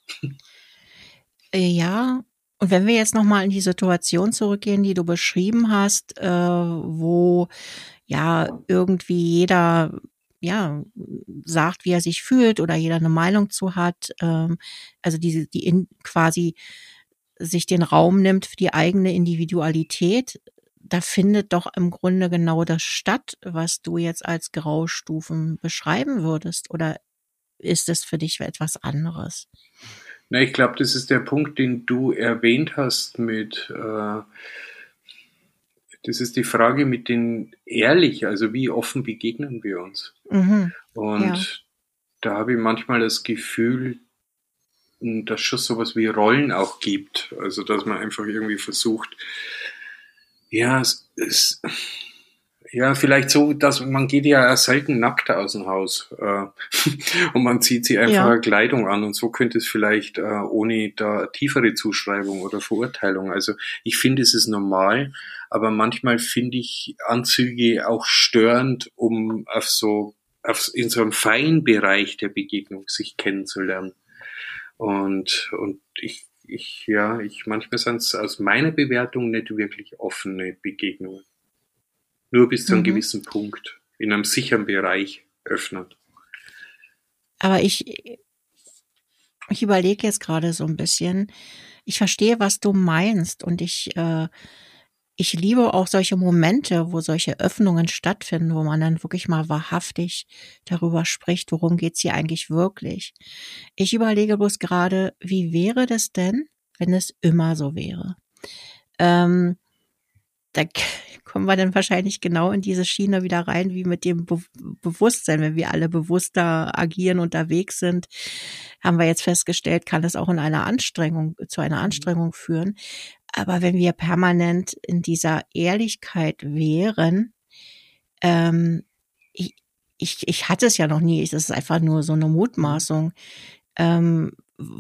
Äh, Ja, und wenn wir jetzt nochmal in die Situation zurückgehen, die du beschrieben hast, äh, wo ja irgendwie jeder ja sagt, wie er sich fühlt oder jeder eine Meinung zu hat, ähm, also diese, die in, quasi sich den Raum nimmt für die eigene Individualität, da findet doch im Grunde genau das statt, was du jetzt als Graustufen beschreiben würdest, oder ist es für dich etwas anderes? Na, ich glaube, das ist der Punkt, den du erwähnt hast mit, äh, das ist die Frage mit den ehrlich, also wie offen begegnen wir uns? Mhm. Ja. Und da habe ich manchmal das Gefühl, dass es schon sowas wie Rollen auch gibt. Also, dass man einfach irgendwie versucht, ja, es, es, ja, vielleicht so, dass man geht ja selten nackt aus dem Haus äh, und man zieht sich einfach Ja. eine Kleidung an und so könnte es vielleicht äh, ohne da tiefere Zuschreibung oder Verurteilung. Also ich finde, es ist normal, aber manchmal finde ich Anzüge auch störend, um auf so auf, in so einem feinen Bereich der Begegnung sich kennenzulernen. Und und ich ich ja, ich manchmal sind es aus meiner Bewertung nicht wirklich offene Begegnungen. Nur bis zu einem Mhm. gewissen Punkt in einem sicheren Bereich öffnet. Aber ich, ich überlege jetzt gerade so ein bisschen. Ich verstehe, was du meinst, und ich, äh, ich liebe auch solche Momente, wo solche Öffnungen stattfinden, wo man dann wirklich mal wahrhaftig darüber spricht, worum geht's hier eigentlich wirklich. Ich überlege bloß gerade, wie wäre das denn, wenn es immer so wäre? Ähm, da k- kommen wir dann wahrscheinlich genau in diese Schiene wieder rein, wie mit dem Be Bewusstsein. Wenn wir alle bewusster agieren, unterwegs sind, haben wir jetzt festgestellt, kann das auch in einer Anstrengung, zu einer Anstrengung führen. Aber wenn wir permanent in dieser Ehrlichkeit wären, ähm, ich, ich, ich hatte es ja noch nie, es ist einfach nur so eine Mutmaßung, ähm,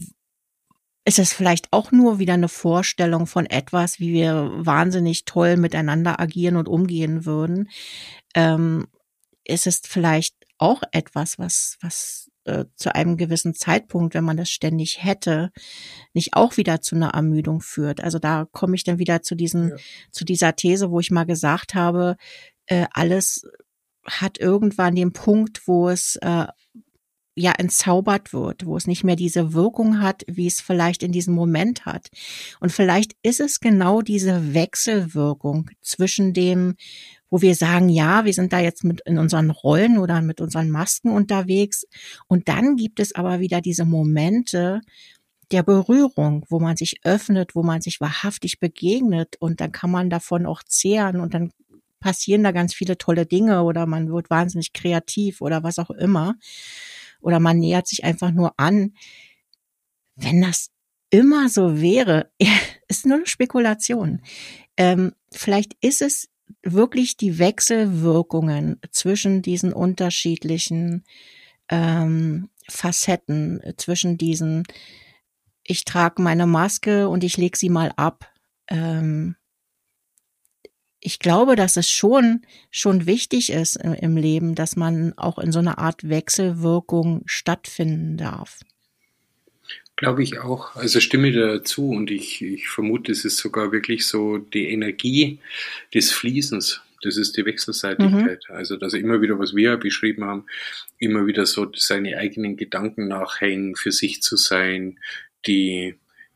ist es vielleicht auch nur wieder eine Vorstellung von etwas, wie wir wahnsinnig toll miteinander agieren und umgehen würden. Ähm, ist es vielleicht auch etwas, was, was äh, zu einem gewissen Zeitpunkt, wenn man das ständig hätte, nicht auch wieder zu einer Ermüdung führt. Also da komme ich dann wieder zu diesen, Ja. zu dieser These, wo ich mal gesagt habe, äh, alles hat irgendwann den Punkt, wo es äh, ja entzaubert wird, wo es nicht mehr diese Wirkung hat, wie es vielleicht in diesem Moment hat. Und vielleicht ist es genau diese Wechselwirkung zwischen dem, wo wir sagen, ja, wir sind da jetzt mit in unseren Rollen oder mit unseren Masken unterwegs. Und dann gibt es aber wieder diese Momente der Berührung, wo man sich öffnet, wo man sich wahrhaftig begegnet, und dann kann man davon auch zehren und dann passieren da ganz viele tolle Dinge oder man wird wahnsinnig kreativ oder was auch immer. Oder man nähert sich einfach nur an. Wenn das immer so wäre, ist nur eine Spekulation. Ähm, vielleicht ist es wirklich die Wechselwirkungen zwischen diesen unterschiedlichen ähm, Facetten, zwischen diesen, ich trage meine Maske und ich lege sie mal ab. Ähm, ich glaube, dass es schon schon wichtig ist im, im Leben, dass man auch in so einer Art Wechselwirkung stattfinden darf. Glaube ich auch. Also stimme dir dazu und ich, ich vermute, es ist sogar wirklich so die Energie des Fließens. Das ist die Wechselseitigkeit. Mhm. Also, dass immer wieder, was wir beschrieben haben, immer wieder so seine eigenen Gedanken nachhängen, für sich zu sein, die,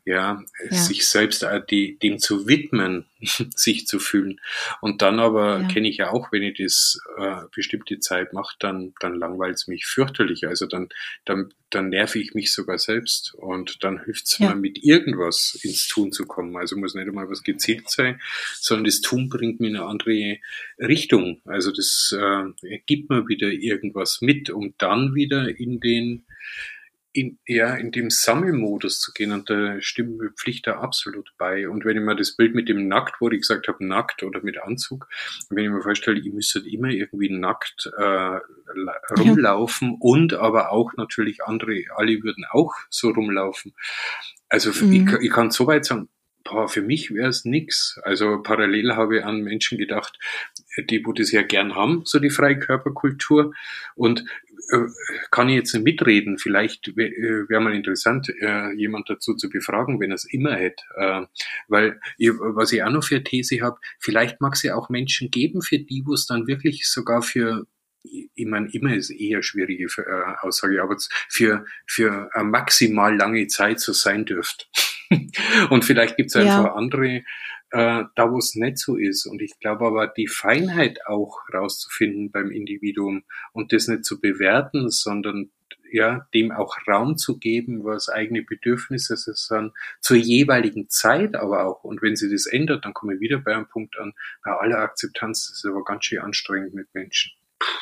ja, Ja. sich selbst äh, die, dem zu widmen, sich zu fühlen. Und dann aber Ja. kenne ich ja auch, wenn ich das äh, bestimmte Zeit mache, dann, dann langweilt es mich fürchterlich. Also dann, dann, dann nerve ich mich sogar selbst und dann hilft es Ja. mir, mit irgendwas ins Tun zu kommen. Also muss nicht einmal was gezielt sein, sondern das Tun bringt mir in eine andere Richtung. Also das äh, gibt mir wieder irgendwas mit, um dann wieder in den in, ja, in dem Sammelmodus zu gehen, und da stimmt mir Pflicht da absolut bei. Und wenn ich mir das Bild mit dem Nackt, wo ich gesagt habe, nackt oder mit Anzug, wenn ich mir vorstelle, ich müsste immer irgendwie nackt äh, rumlaufen ja. und aber auch natürlich andere, alle würden auch so rumlaufen. Also mhm. ich, ich kann so weit sagen, boah, für mich wäre es nix. Also parallel habe ich an Menschen gedacht, die, wo das ja gern haben, so die Freikörperkultur, und kann ich jetzt nicht mitreden. Vielleicht wäre wär mal interessant, äh, jemand dazu zu befragen, wenn er es immer hätte. Äh, weil, ich, was ich auch noch für eine These habe, vielleicht mag es ja auch Menschen geben, für die, wo es dann wirklich sogar für, ich meine, immer ist eher eine schwierige äh, Aussage, aber für, für eine maximal lange Zeit so sein dürft. Und vielleicht gibt es einfach ja. andere, äh, da wo es nicht so ist. Und ich glaube aber, die Feinheit auch rauszufinden beim Individuum und das nicht zu bewerten, sondern ja, dem auch Raum zu geben, was eigene Bedürfnisse sind, zur jeweiligen Zeit aber auch. Und wenn sie das ändert, dann komme ich wieder bei einem Punkt an, bei aller Akzeptanz, das ist aber ganz schön anstrengend mit Menschen.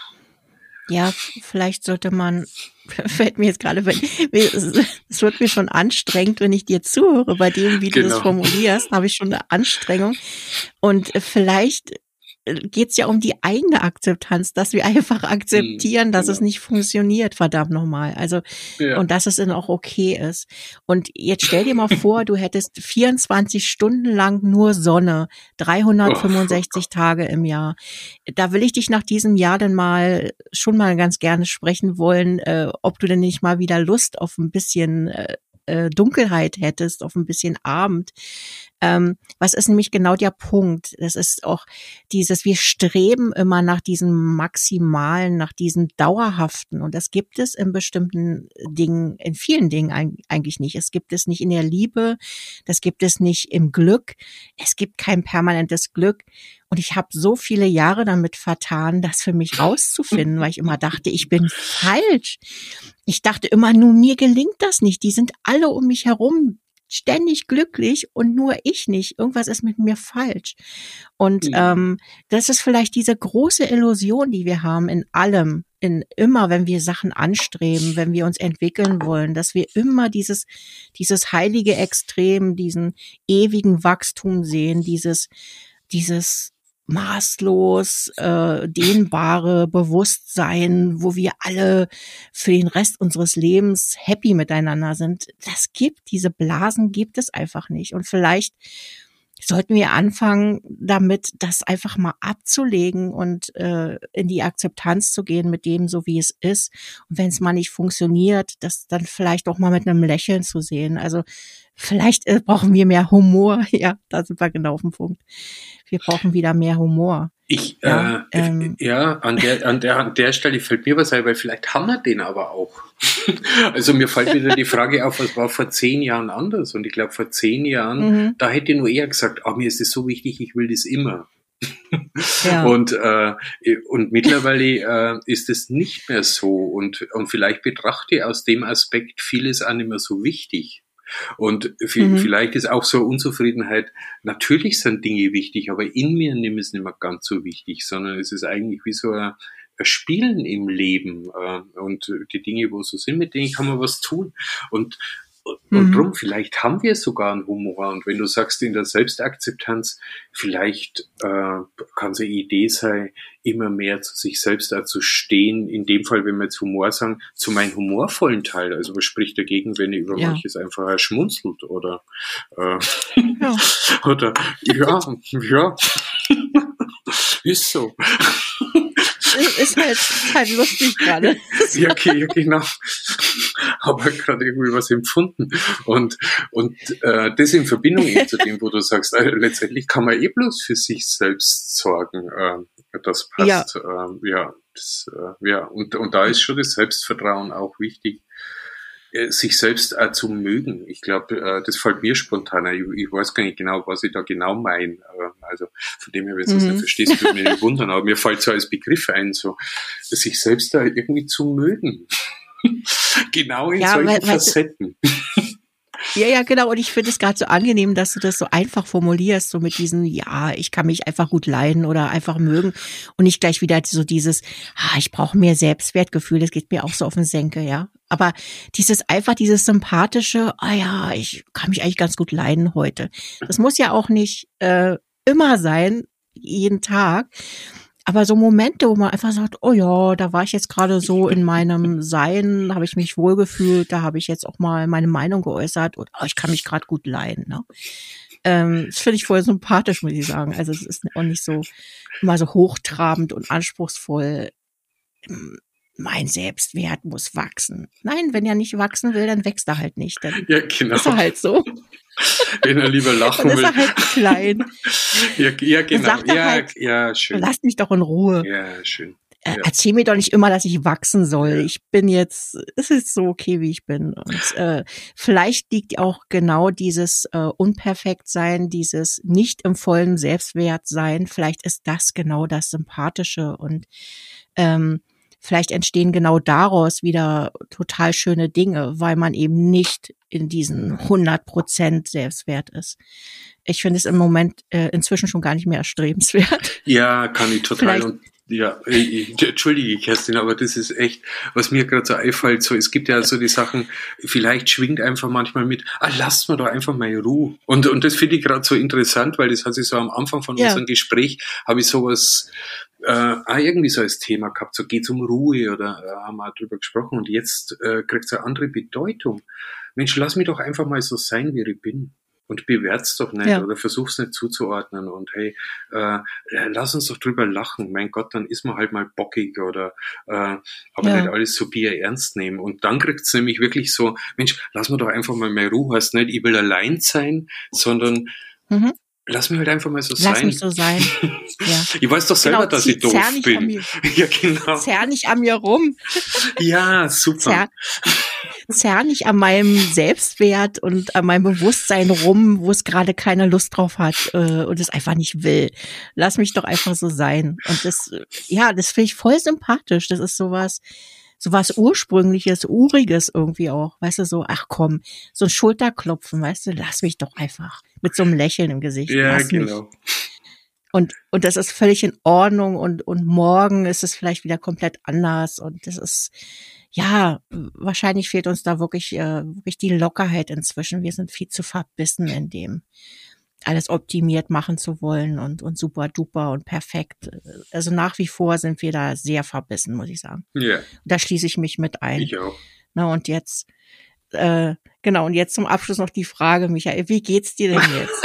Ja, vielleicht sollte man, fällt mir jetzt gerade, es wird mir schon anstrengend, wenn ich dir zuhöre, bei dem, wie genau. du das formulierst, habe ich schon eine Anstrengung. Und vielleicht geht es ja um die eigene Akzeptanz, dass wir einfach akzeptieren, mhm, dass genau. es nicht funktioniert, verdammt nochmal. Also, ja. und dass es dann auch okay ist. Und jetzt stell dir mal vor, du hättest vierundzwanzig Stunden lang nur Sonne, dreihundertfünfundsechzig oh, Tage im Jahr. Da will ich dich nach diesem Jahr dann mal, schon mal ganz gerne sprechen wollen, äh, ob du denn nicht mal wieder Lust auf ein bisschen äh, Dunkelheit hättest, auf ein bisschen Abend. Ähm, was ist nämlich genau der Punkt? Das ist auch dieses, wir streben immer nach diesem Maximalen, nach diesem Dauerhaften. Und das gibt es in bestimmten Dingen, in vielen Dingen eigentlich nicht. Es gibt es nicht in der Liebe, das gibt es nicht im Glück. Es gibt kein permanentes Glück. Und ich habe so viele Jahre damit vertan, das für mich rauszufinden, weil ich immer dachte, ich bin falsch. Ich dachte immer, nur mir gelingt das nicht. Die sind alle um mich herum ständig glücklich und nur ich nicht. Irgendwas ist mit mir falsch. Und mhm. ähm, das ist vielleicht diese große Illusion, die wir haben in allem, in immer, wenn wir Sachen anstreben, wenn wir uns entwickeln wollen, dass wir immer dieses dieses heilige Extrem, diesen ewigen Wachstum sehen, dieses dieses maßlos äh, dehnbare Bewusstsein, wo wir alle für den Rest unseres Lebens happy miteinander sind. Das gibt, diese Blasen gibt es einfach nicht. Und vielleicht sollten wir anfangen, damit das einfach mal abzulegen und äh, in die Akzeptanz zu gehen mit dem, so wie es ist. Und wenn es mal nicht funktioniert, das dann vielleicht auch mal mit einem Lächeln zu sehen. Also vielleicht äh, brauchen wir mehr Humor. Ja, da sind wir genau auf dem Punkt. Wir brauchen wieder mehr Humor. Ich, ja, äh, ähm, ja, an der, an der, an der Stelle fällt mir was ein, weil vielleicht haben wir den aber auch. Also mir fällt wieder die Frage auf, was war vor zehn Jahren anders? Und ich glaube, vor zehn Jahren, mhm. da hätte ich nur eher gesagt, ah, mir ist das so wichtig, ich will das immer. Ja. Und, äh, und mittlerweile äh, ist es nicht mehr so. Und, und vielleicht betrachte ich aus dem Aspekt vieles auch nicht mehr so wichtig. Und mhm. vielleicht ist auch so Unzufriedenheit, natürlich sind Dinge wichtig, aber in mir nimm es nicht mehr ganz so wichtig, sondern es ist eigentlich wie so ein, ein Spielen im Leben. Und die Dinge, wo so sind, mit denen kann man was tun. Und Und mhm. drum, vielleicht haben wir sogar einen Humor. Und wenn du sagst, in der Selbstakzeptanz, vielleicht äh, kann es eine Idee sein, immer mehr zu sich selbst auch zu stehen. In dem Fall, wenn wir jetzt Humor sagen, zu meinem humorvollen Teil. Also was spricht dagegen, wenn ich über ja. manches einfach schmunzelt oder äh, ja. oder ja, ja, ist so. Ist halt, ist halt lustig gerade. Ja, okay, ja, genau. Habe halt gerade irgendwie was empfunden. Und, und äh, das in Verbindung eben zu dem, wo du sagst, äh, letztendlich kann man eh bloß für sich selbst sorgen. Äh, das passt. Ja, äh, ja, das, äh, ja. Und, und da ist schon das Selbstvertrauen auch wichtig. äh, sich selbst auch zu mögen. Ich glaube, äh, das fällt mir spontan ein. Ich, ich weiß gar nicht genau, was ich da genau meine. Also von dem her, wenn du es Mhm. nicht verstehst, würde mich nicht wundern. Aber mir fällt so als Begriff ein, so sich selbst da irgendwie zu mögen. Genau in Ja, solchen weil, weil, Facetten. ja, ja, genau. Und ich finde es gerade so angenehm, dass du das so einfach formulierst, so mit diesen, ja, ich kann mich einfach gut leiden oder einfach mögen und nicht gleich wieder so dieses, ah, ich brauche mehr Selbstwertgefühl, das geht mir auch so auf den Senkel, ja. Aber dieses einfach, dieses sympathische, ah ja, ich kann mich eigentlich ganz gut leiden heute. Das muss ja auch nicht äh, immer sein, jeden Tag. Aber so Momente, wo man einfach sagt, oh ja, da war ich jetzt gerade so in meinem Sein, habe ich mich wohlgefühlt, da habe ich jetzt auch mal meine Meinung geäußert und oh, ich kann mich gerade gut leiden. Ne? Ähm, das finde ich voll sympathisch, muss ich sagen. Also es ist auch nicht so immer so hochtrabend und anspruchsvoll. Mein Selbstwert muss wachsen. Nein, wenn er nicht wachsen will, dann wächst er halt nicht. Dann Ja, genau. ist er halt so. Wenn er lieber lachen Dann ist will. er halt klein. Ja, ja Dann genau. sagt er Ja, halt, ja, schön. lass mich doch in Ruhe. Ja, schön. Äh, Ja. Erzähl mir doch nicht immer, dass ich wachsen soll. Ja. Ich bin jetzt, es ist so okay, wie ich bin. Und äh, vielleicht liegt auch genau dieses äh, Unperfektsein, dieses nicht im vollen Selbstwert sein, vielleicht ist das genau das Sympathische und ähm, vielleicht entstehen genau daraus wieder total schöne Dinge, weil man eben nicht in diesen hundert Prozent Selbstwert ist. Ich finde es im Moment äh, inzwischen schon gar nicht mehr erstrebenswert. Ja, kann ich total. Vielleicht- Und ja, ich, entschuldige, Kerstin, aber das ist echt, was mir gerade so einfällt, so, es gibt ja so die Sachen, vielleicht schwingt einfach manchmal mit, ah, lasst mir doch einfach mal Ruhe. Und, und das finde ich gerade so interessant, weil das hat sich so am Anfang von Ja. unserem Gespräch, habe ich sowas, äh, auch irgendwie so als Thema gehabt, so geht's um Ruhe oder äh, haben wir drüber gesprochen und jetzt äh, kriegt es eine andere Bedeutung. Mensch, lass mich doch einfach mal so sein, wie ich bin. Und bewert's doch nicht Ja. oder versuch's nicht zuzuordnen und hey, äh, lass uns doch drüber lachen. Mein Gott, dann ist man halt mal bockig oder äh, aber Ja. nicht alles so bier ernst nehmen. Und dann kriegt's nämlich wirklich so, Mensch, lass mir doch einfach mal mehr Ruhe. Heißt nicht, ich will allein sein, sondern Mhm. lass mich halt einfach mal so Lass sein. mich so sein. Ja. Ich weiß doch selber, Genau, dass zieh- ich doof zerr nicht an bin. mir. Ja, genau. Zerr nicht an mir rum. Ja, super. Zerr, zerr nicht an meinem Selbstwert und an meinem Bewusstsein rum, wo es gerade keine Lust drauf hat äh, und es einfach nicht will. Lass mich doch einfach so sein. Und das, äh, ja, das finde ich voll sympathisch. Das ist sowas, sowas Ursprüngliches, Uriges irgendwie auch. Weißt du, so, ach komm, so ein Schulterklopfen, weißt du, lass mich doch einfach. Mit so einem Lächeln im Gesicht. Ja, lass mich. genau. Und, und das ist völlig in Ordnung und, und morgen ist es vielleicht wieder komplett anders und das ist, ja, wahrscheinlich fehlt uns da wirklich, äh, wirklich die Lockerheit inzwischen. Wir sind viel zu verbissen in dem, alles optimiert machen zu wollen und, und super duper und perfekt. Also nach wie vor sind wir da sehr verbissen, muss ich sagen. Ja, Da schließe ich mich mit ein. ich auch. Na, und jetzt, äh, genau, und jetzt zum Abschluss noch die Frage, Michael, wie geht's dir denn jetzt?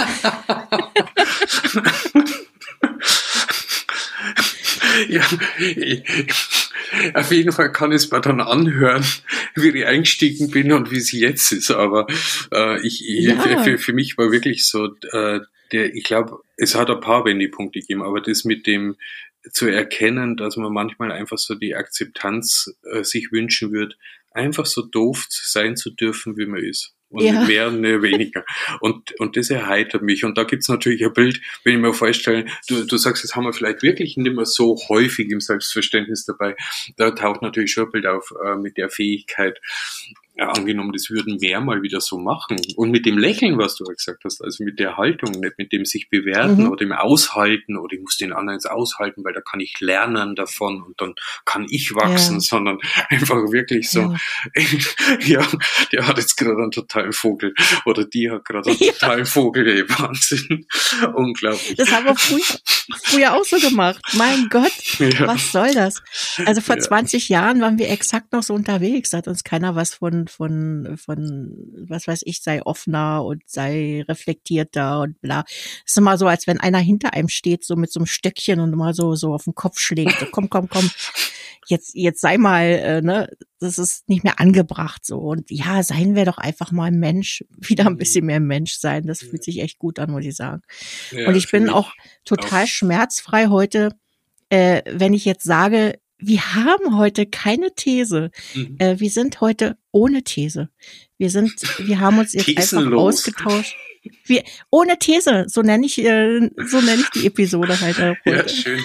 Ja, ich, auf jeden Fall kann ich es mir dann anhören, wie ich eingestiegen bin und wie es jetzt ist. Aber äh, ich, Ja. für, für, für mich war wirklich so, äh, der, ich glaube, es hat ein paar Wendepunkte gegeben, aber das mit dem zu erkennen, dass man manchmal einfach so die Akzeptanz äh, sich wünschen wird, einfach so doof sein zu dürfen, wie man ist. Und Ja. nicht mehr, nicht weniger. Und, und das erheitert mich. Und da gibt's natürlich ein Bild, wenn ich mir vorstelle, du, du sagst, das haben wir vielleicht wirklich nicht mehr so häufig im Selbstverständnis dabei. Da taucht natürlich schon ein Bild auf äh, mit der Fähigkeit, ja, angenommen, das würden mehr mal wieder so machen. Und mit dem Lächeln, was du gesagt hast, also mit der Haltung, nicht mit dem sich bewerten Mhm. oder dem Aushalten oder ich muss den anderen jetzt aushalten, weil da kann ich lernen davon und dann kann ich wachsen, Ja. sondern einfach wirklich so, Ja. ja, der hat jetzt gerade einen totalen Vogel oder die hat gerade einen Ja. totalen Vogel, ey, Wahnsinn. Unglaublich. Das haben wir früher, früher auch so gemacht. Mein Gott, Ja. was soll das? Also vor Ja. zwanzig Jahren waren wir exakt noch so unterwegs. Da hat uns keiner was von, von, von, was weiß ich, sei offener und sei reflektierter und bla. Es ist immer so, als wenn einer hinter einem steht, so mit so einem Stöckchen und immer so, so auf den Kopf schlägt. So, komm, komm, komm. Jetzt, jetzt sei mal, äh, ne, das ist nicht mehr angebracht so. Und ja, seien wir doch einfach mal Mensch, wieder ein bisschen mehr Mensch sein. Das fühlt sich echt gut an, muss ich sagen. Ja, Und ich für bin mich auch total auch. schmerzfrei heute, äh, wenn ich jetzt sage, wir haben heute keine These. Mhm. Äh, wir sind heute ohne These. Wir sind, wir haben uns jetzt einfach ausgetauscht. Wir, ohne These, so nenne ich, äh, so nenne ich die Episode halt auch heute. Ja, schön.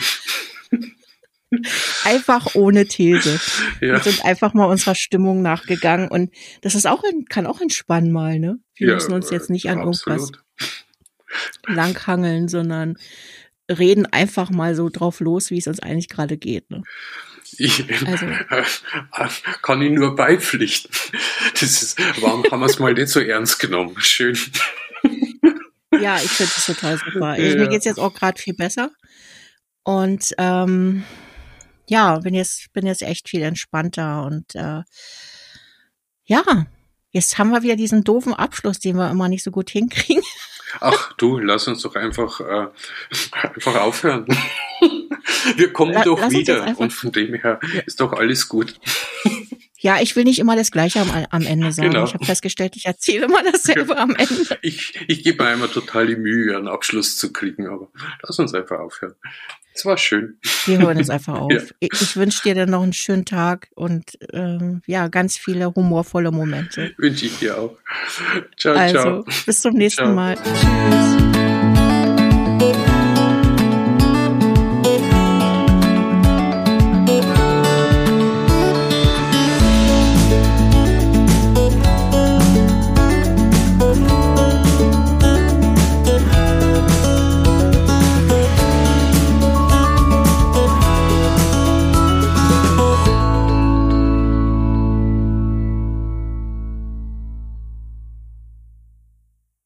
Einfach ohne These. Ja. Wir sind einfach mal unserer Stimmung nachgegangen und das ist auch, kann auch entspannen mal, ne? Wir Ja, müssen uns jetzt nicht an absolut. irgendwas langhangeln, sondern reden einfach mal so drauf los, wie es uns eigentlich gerade geht, ne? Ich, Also. Kann ich nur beipflichten. Das ist, warum haben wir es mal nicht so ernst genommen? Schön. Ja, ich finde das total super. Ich, ja. Mir geht's jetzt auch gerade viel besser. Und ähm, ja, bin jetzt, bin jetzt echt viel entspannter. Und äh, ja, jetzt haben wir wieder diesen doofen Abschluss, den wir immer nicht so gut hinkriegen. Ach du, lass uns doch einfach, äh, einfach aufhören. Wir kommen La- doch wieder und von dem her ja. ist doch alles gut. Ja, ich will nicht immer das Gleiche am, am Ende sagen. Genau. Ich habe festgestellt, ich erzähle immer dasselbe ja. am Ende. Ich, ich gebe mir immer total die Mühe, einen Abschluss zu kriegen, aber lass uns einfach aufhören. Es war schön. Wir hören jetzt einfach auf. Ja. Ich, ich wünsche dir dann noch einen schönen Tag und ähm, ja, ganz viele humorvolle Momente. Wünsche ich dir auch. Ciao, also, ciao. Bis zum nächsten ciao. Mal. Tschüss.